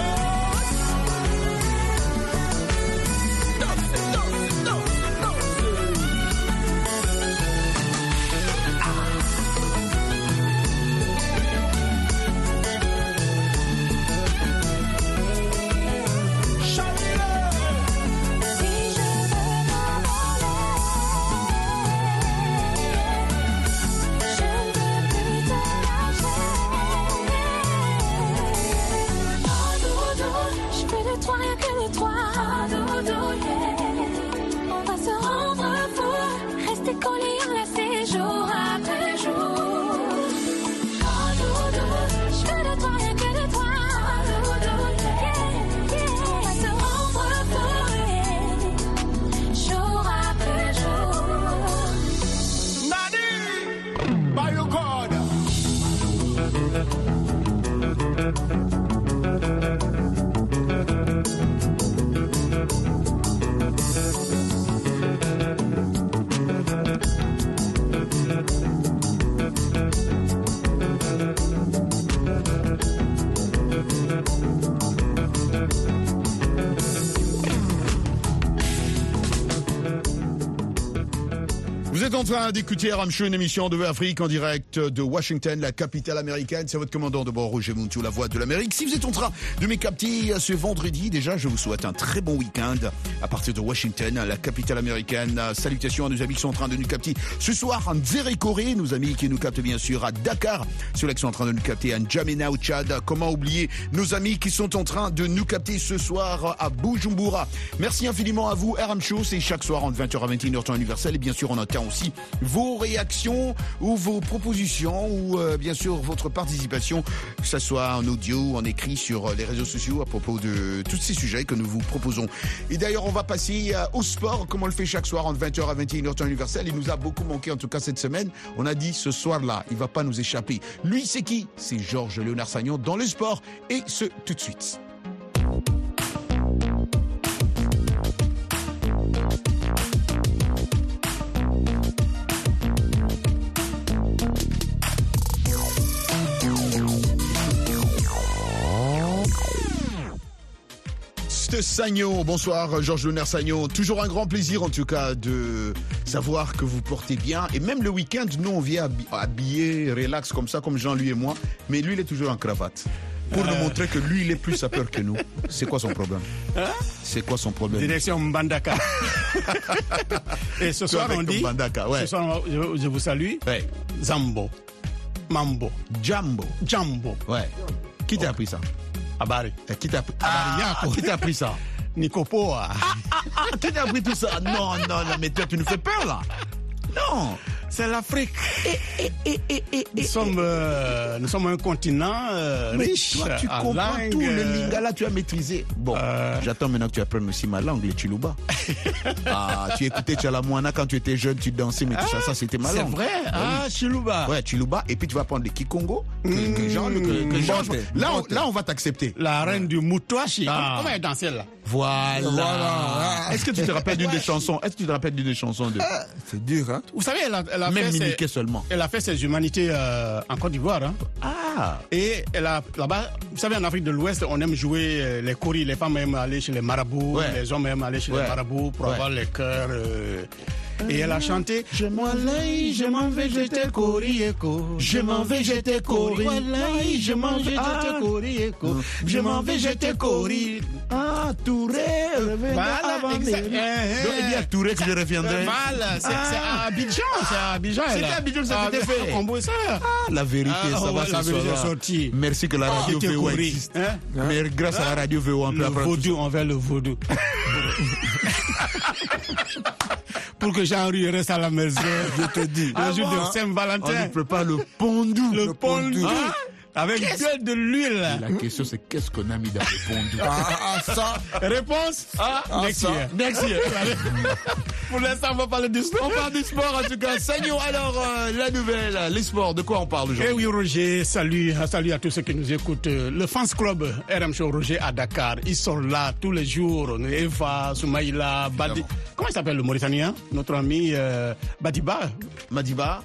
Si je veux m'envoler, je ne veux plus te lâcher. Oh doudou, je veux de toi rien que de toi. Oh doudou, on va se rendre fou, rester collés enlacés jour après jour. Oh doudou, je veux de toi rien que de toi. Oh doudou, on va se rendre fou, jour après jour. Nani, by your God. Vous êtes en train d'écouter RM Show, une émission de Afrique en direct de Washington, la capitale américaine. C'est votre commandant de bord, Roger Muntou, la voix de l'Amérique. Si vous êtes en train de m'écapter ce vendredi, déjà, je vous souhaite un très bon week-end à partir de Washington, la capitale américaine. Salutations à nos amis qui sont en train de nous capter ce soir en Dzéré-Corée, nos amis qui nous captent bien sûr à Dakar, ceux-là qui sont en train de nous capter à N'Djamena au Tchad. Comment oublier nos amis qui sont en train de nous capter ce soir à Bujumbura. Merci infiniment à vous. RM Show, c'est chaque soir entre 20h à 21h temps universel. Et bien sûr, on attend aussi vos réactions ou vos propositions ou bien sûr votre participation, que ce soit en audio ou en écrit sur les réseaux sociaux à propos de tous ces sujets que nous vous proposons. Et d'ailleurs, on va passer au sport, comme on le fait chaque soir entre 20h à 21h temps universel. Il nous a beaucoup manqué, en tout cas cette semaine. On a dit ce soir-là, il va pas nous échapper. Lui, c'est qui? C'est Georges Léonard Sagnon dans le sport, et ce, tout de suite. de Sagnon. Bonsoir Georges Louner-Sagnon. Toujours un grand plaisir en tout cas de savoir que vous portez bien. Et même le week-end, nous on vient habillé, relax comme ça, comme Jean-Louis et moi. Mais lui il est toujours en cravate. Pour nous montrer que lui il est plus sapeur que nous. C'est quoi son problème? C'est quoi son problème? Direction Mbandaka. Et ce soir on dit, Mbandaka, ouais. ce soir je vous salue, ouais. Zambo, Mambo, Jambo. Ouais. Qui t'a appris ça? Abari. Qui t'a appris ça? Nikopoa. Qui t'a appris tout ça? Non, mais toi tu nous fais peur là. Non. C'est l'Afrique. Nous sommes un continent riche. Toi, tu comprends tout le lingala, tu as maîtrisé. Bon, j'attends maintenant que tu apprennes aussi ma langue, les Chiluba. Tu écoutais Tchalamouana quand tu étais jeune, tu dansais, mais tout ça c'était ma langue. C'est vrai. Chiluba. Ouais, Chiluba. Et puis tu vas prendre des Kikongo. Là, on va t'accepter. La reine du Moutouachi. Comment elle dansait là? Voilà. Est-ce que tu te rappelles d'une des chansons? De... C'est dur, hein? Vous savez, elle a même fait mimiqué seulement. Elle a fait ses humanités en Côte d'Ivoire. Hein. Et là-bas, vous savez, en Afrique de l'Ouest, on aime jouer les coris. Les femmes aiment aller chez les marabouts, les hommes aiment aller chez les marabouts pour avoir les cœurs. Et elle a chanté Je m'en vais, j'étais coriéco. Je m'en vais, j'étais cori. Je m'en vais, j'étais coriéco. Je m'en vais, j'étais cori. Touré. Voilà, exact. Donc il y a Touré que je reviendrai. Voilà, c'est à Abidjan. C'était à Abidjan que ça s'était fait. La vérité, ça va la vérité est sortie. Merci que la radio VOA existe. Mais grâce à la radio VOA, on peut apprendre. Le vaudou envers le vaudou. Pour que Jean-Louis reste à la maison, je te dis. Le jour de Saint-Valentin. On ne prépare le pondou. Le pondou. Avec de l'huile. La question c'est qu'est-ce qu'on a mis dans le pondou? Ça. Réponse next year. Pour l'instant, on va parler du sport. On parle du sport en tout cas. Sagnon, alors la nouvelle, les sports, de quoi on parle aujourd'hui? Eh oui, Roger, salut à tous ceux qui nous écoutent. Le fans club RM Show Roger à Dakar, ils sont là tous les jours. Eva, Soumaïla, Badi. Comment il s'appelle le Mauritanien? Notre ami Badiba. Madiba.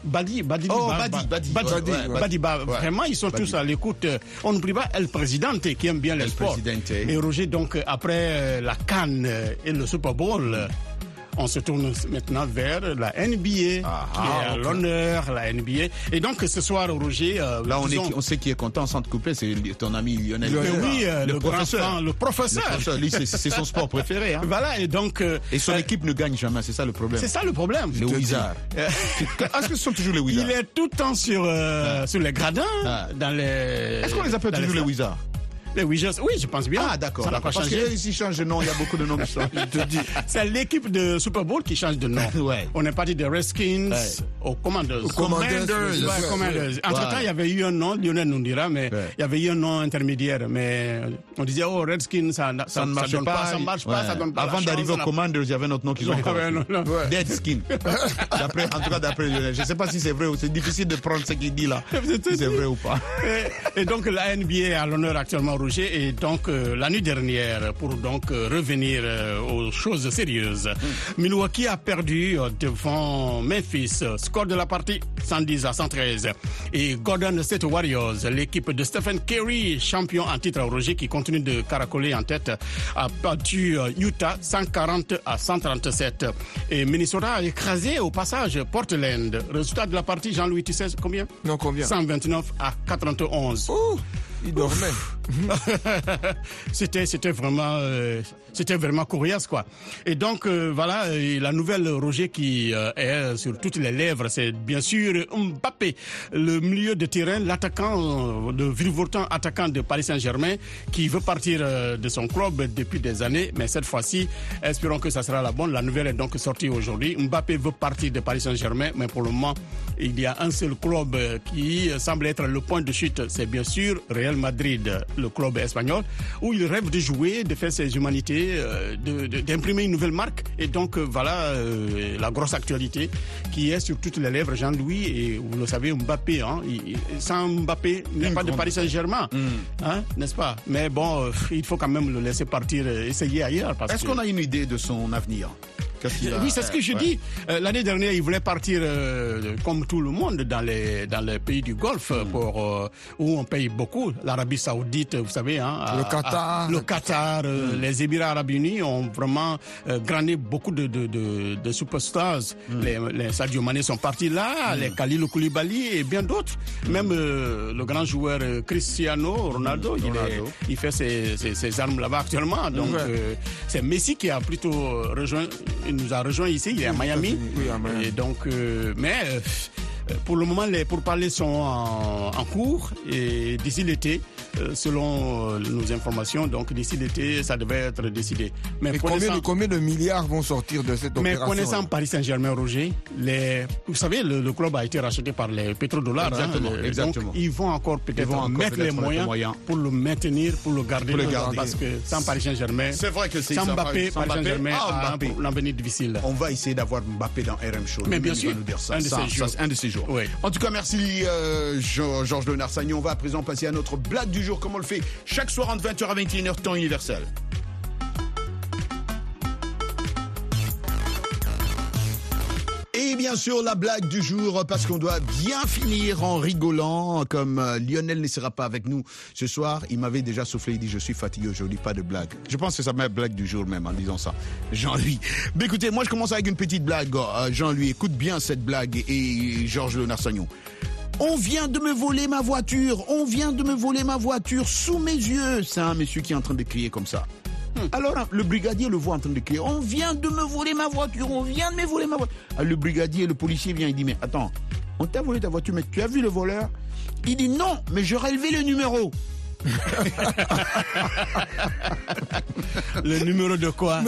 Badiba. Vraiment, ils sont tous à l'écoute. On n'oublie pas El Presidente qui aime bien les sports. Et Roger, donc, après la CAN et le Super Bowl, on se tourne maintenant vers la NBA, qui est à l'honneur, la NBA. Et donc, ce soir, Roger... là, on sait qui est content sans te couper, c'est ton ami Lionel. Oui, le professeur. Le professeur. Lui, c'est son sport préféré. Hein. Voilà, et donc... et son équipe ne gagne jamais, c'est ça le problème. C'est ça le problème. Les Wizards. Est-ce que ce sont toujours les Wizards? Il est tout le temps sur les gradins, dans les... Est-ce qu'on les appelle toujours les Wizards? Les Wizards, oui, je pense bien. D'accord. Parce que s'ils changent de nom, il y a beaucoup de noms qui changent. Je te dis. C'est l'équipe de Super Bowl qui change de nom. On est parti des Redskins aux Commanders. Commanders. Entre-temps, il y avait eu un nom, Lionel nous dira, mais il y avait eu un nom intermédiaire. Mais on disait, Redskins, ça ne marche pas, ça marche pas, ça donne pas. Avant d'arriver aux Commanders, il y avait un autre nom qu'ils ont Deadskin. En tout cas, d'après Lionel. Je ne sais pas si c'est vrai ou c'est difficile de prendre ce qu'il dit là. Si c'est vrai ou pas. Et donc, la NBA est à l'honneur actuellement, Roger, et donc la nuit dernière, pour donc revenir aux choses sérieuses, Milwaukee a perdu devant Memphis, score de la partie 110-113, et Golden State Warriors, l'équipe de Stephen Curry, champion en titre, Roger, qui continue de caracoler en tête, a battu Utah 140-137, et Minnesota a écrasé au passage Portland. Résultat de la partie, Jean-Louis, tu sais combien? Non, combien? 129-91. Il dormait. C'était vraiment coriace, quoi. Et donc, voilà, la nouvelle, Roger, qui est sur toutes les lèvres, c'est bien sûr Mbappé, le milieu de terrain, l'attaquant, le virevoltant attaquant de Paris Saint-Germain, qui veut partir de son club depuis des années, mais cette fois-ci, espérons que ça sera la bonne. La nouvelle est donc sortie aujourd'hui. Mbappé veut partir de Paris Saint-Germain, mais pour le moment, il y a un seul club qui semble être le point de chute, c'est bien sûr Real Madrid, le club espagnol, où il rêve de jouer, de faire ses humanités, d'imprimer une nouvelle marque. Et donc, voilà la grosse actualité qui est sur toutes les lèvres, Jean-Louis, et vous le savez, Mbappé, hein, sans Mbappé, il n'y a pas de Paris Saint-Germain, hein, n'est-ce pas? Mais bon, il faut quand même le laisser partir, essayer ailleurs. Est-ce qu'on a une idée de son avenir? Qu'est-ce qu'il a... Oui, c'est ce que je dis. L'année dernière, il voulait partir comme tout le monde dans les pays du Golfe pour où on paye beaucoup. L'Arabie Saoudite, vous savez, hein, Le Qatar, les Émirats Arabes Unis ont vraiment grané beaucoup de superstars. Les Sadio Mané sont partis là, les Khalilou Koulibaly et bien d'autres. Même le grand joueur Cristiano Ronaldo, il fait ses armes là-bas actuellement. Donc c'est Messi qui a plutôt il nous a rejoint ici, il est à Miami. Oui, à Miami. Et donc, pour le moment, les pourparlers sont en cours et d'ici l'été, selon nos informations, donc d'ici l'été, ça devait être décidé. Mais combien de milliards vont sortir de cette opération? Mais connaissant Paris Saint-Germain, Roger, vous savez, le club a été racheté par les pétrodollars. Exactement. Donc, ils vont encore peut-être mettre les moyens pour le maintenir, pour le garder. Parce que sans Paris Saint-Germain, c'est vrai que c'est sans Mbappé, Paris Saint-Germain a un avenir difficile. On va essayer d'avoir Mbappé dans RM Show. Mais bien sûr, nous dire ça. un de ces jours. Oui. En tout cas, merci Georges Léonard Sagnon. On va à présent passer à notre blague du jour, comme on le fait chaque soir entre 20h à 21h, temps universel. Et bien sûr, la blague du jour, parce qu'on doit bien finir en rigolant, comme Lionel ne sera pas avec nous ce soir. Il m'avait déjà soufflé, il dit « Je suis fatigué aujourd'hui, pas de blague ». Je pense que c'est ma blague du jour même en disant ça. Jean-Louis. Mais écoutez, moi je commence avec une petite blague. Jean-Louis, écoute bien cette blague et Georges Léonard Sagnon. On vient de me voler ma voiture, on vient de me voler ma voiture sous mes yeux. C'est un monsieur qui est en train de crier comme ça. Alors le brigadier le voit en train de crier, on vient de me voler ma voiture, on vient de me voler ma voiture. Alors, le brigadier, le policier vient, il dit, mais attends, on t'a volé ta voiture, mais tu as vu le voleur? Il dit non, mais je relevais le numéro. Le numéro de quoi?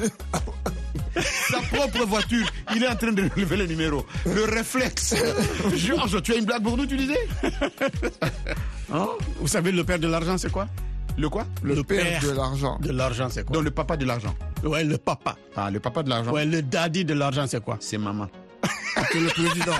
Sa propre voiture, il est en train de relever le numéro. Le réflexe. Georges, tu as une blague pour nous, tu disais? Hein? Vous savez, le père de l'argent, c'est quoi? Le quoi? Le père de l'argent. De l'argent, c'est quoi? Donc le papa de l'argent. Ouais, le papa. Ah, le papa de l'argent. Ouais, le daddy de l'argent, c'est quoi? C'est maman. C'est le président.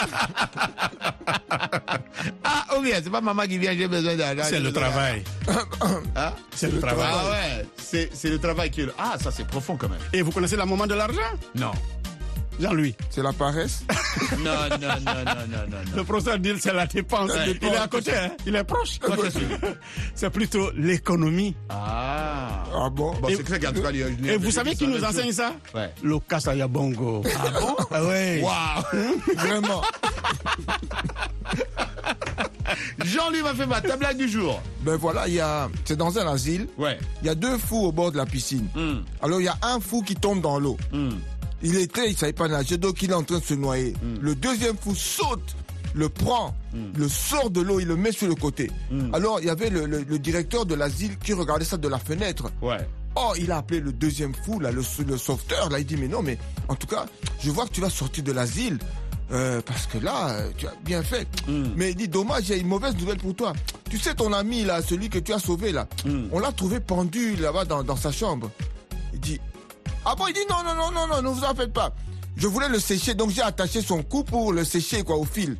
Ah, ok, c'est pas maman qui vient, j'ai besoin d'argent. C'est le travail. Hein? C'est le travail. Ah ouais, c'est le travail qui est... Ah, ça c'est profond quand même. Et vous connaissez la maman de l'argent? Non. Jean-Louis. C'est la paresse? Non. Le professeur dit c'est la dépense. Ouais, il est à côté, hein? Il est proche. C'est plutôt l'économie. Ah bon? C'est ça qu'en tout cas... Et vous savez qui nous enseigne ça? Ouais. Le Kasaya Bongo. Ah bon? Ah ouais. Waouh. Vraiment. Jean-Louis m'a fait ta blague du jour. Ben voilà, c'est dans un asile. Ouais. Il y a deux fous au bord de la piscine. Alors il y a un fou qui tombe dans l'eau. Il savait pas nager, donc il est en train de se noyer. Le deuxième fou saute, le prend, le sort de l'eau, il le met sur le côté. Alors il y avait le directeur de l'asile qui regardait ça de la fenêtre. Ouais. Oh, il a appelé le deuxième fou, là, le sauveteur. Là, il dit, mais non, mais en tout cas, je vois que tu vas sortir de l'asile. Parce que là, tu as bien fait. Mais il dit, dommage, j'ai une mauvaise nouvelle pour toi. Tu sais, ton ami, là, celui que tu as sauvé, là, on l'a trouvé pendu là-bas dans sa chambre. Il dit, ah bon, il dit, non, ne vous en faites pas. Je voulais le sécher, donc j'ai attaché son cou pour le sécher, quoi, au fil.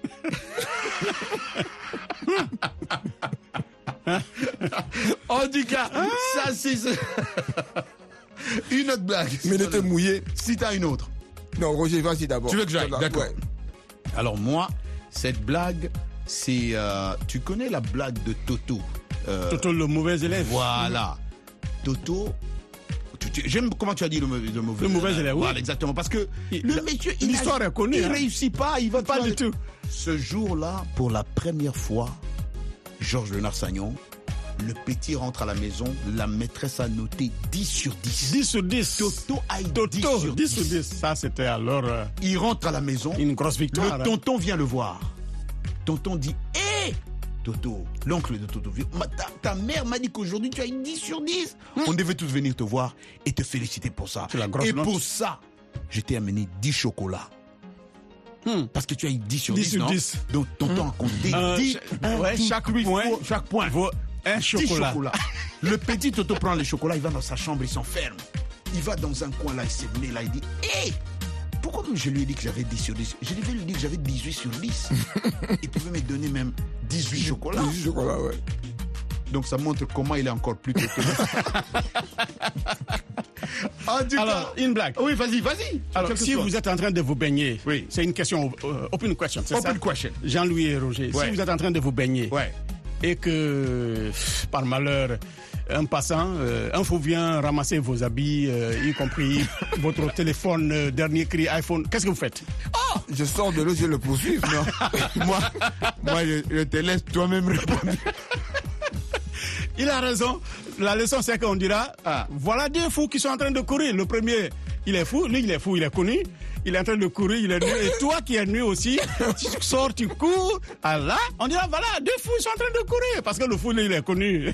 En tout cas, ça, c'est... Une autre blague. Mais il était mouillé. Si t'as une autre. Non, Roger, vas-y d'abord. Tu veux que j'aille? D'accord. Ouais. Alors moi, cette blague, c'est... tu connais la blague de Toto? Toto, le mauvais élève. Voilà. Toto... J'aime comment tu as dit le mauvais élève. Voilà, exactement. Parce que le monsieur, l'histoire est connue. Il réussit pas, il va pas du tout. Ce jour-là, pour la première fois, Georges Léonard Sagnon, le petit rentre à la maison, la maîtresse a noté 10 sur 10. 10 sur 10. Toto a 10 sur 10. 10 sur 10. Ça, c'était alors... Il rentre à la maison. Une grosse victoire. Le tonton vient le voir. Tonton dit, hé Toto, l'oncle de Toto, ta mère m'a dit qu'aujourd'hui tu as une 10 sur 10. On devait tous venir te voir et te féliciter pour ça. Et note. Pour ça, je t'ai amené 10 chocolats. Parce que tu as eu 10 sur 10, 10 sur 10. Donc tonton a compté 10. Chaque point vaut un chocolat. Le petit Toto prend les chocolats, il va dans sa chambre, il s'enferme. Il va dans un coin là, il s'est venu là, il dit, hé, pourquoi je lui ai dit que j'avais 10 sur 10? Je devais lui dire que j'avais 18 sur 10. Il pouvait me donner même 18 chocolats. 18 chocolats, ouais. Donc ça montre comment il est encore plus Toto. En tout Alors, une blague. Oui, vas-y. Alors, si vous êtes en train de vous baigner, c'est une question, open question, c'est ça? Open question. Jean-Louis et Roger, si vous êtes en train de vous baigner et que, par malheur, un passant, un fou vient ramasser vos habits, y compris votre téléphone, dernier cri iPhone, qu'est-ce que vous faites? Je sors de l'eau, je le poursuis. Non. moi, je te laisse toi-même répondre. Il a raison. La leçon, c'est qu'on dira, voilà deux fous qui sont en train de courir. Le premier, il est fou, lui, il est fou, il est connu. Il est en train de courir, il est nu. Et toi qui es nu aussi, tu sors, tu cours. Là, on dira, voilà, deux fous, ils sont en train de courir. Parce que le fou, lui, il est connu.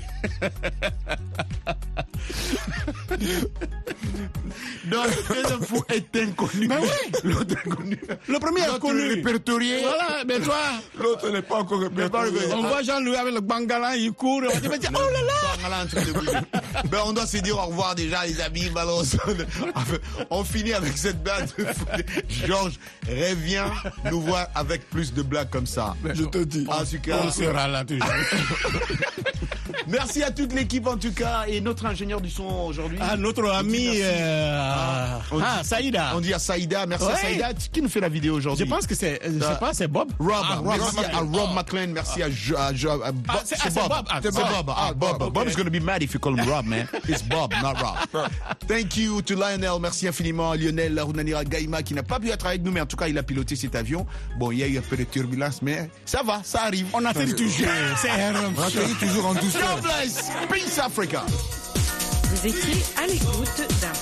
Donc, le fou est inconnu. Mais oui. L'autre est connu. Le premier est connu. Répertorié. Voilà, mais toi. L'autre n'est pas encore répertorié. On voit Jean-Louis avec le bangala, il court. Et on dit, oh là là. Ben, on doit se dire au revoir déjà, les amis. Malheureusement, on finit avec cette blague de fou. Georges, reviens nous voir avec plus de blagues comme ça. Je te dis. En tout cas, on sera là toujours. Merci à toute l'équipe en tout cas et notre ingénieur du son aujourd'hui. Notre ami Saïda. On dit à Saïda, merci à Saïda qui nous fait la vidéo aujourd'hui. Je pense que c'est, je sais pas, c'est Bob. Merci à Rob McLean, merci à Bob. C'est Bob. Bob is going to be mad if you call him Rob, man. It's Bob, not Rob. Thank you to Lionel, merci infiniment à Lionel Larunanira Gaïma qui n'a pas pu être avec nous, mais en tout cas il a piloté cet avion. Bon, il y a eu un peu de turbulence, mais ça va, ça arrive. On atterrit toujours. On atterrit toujours en douceur. God bless. Peace Africa. Vous étiez à l'écoute d'un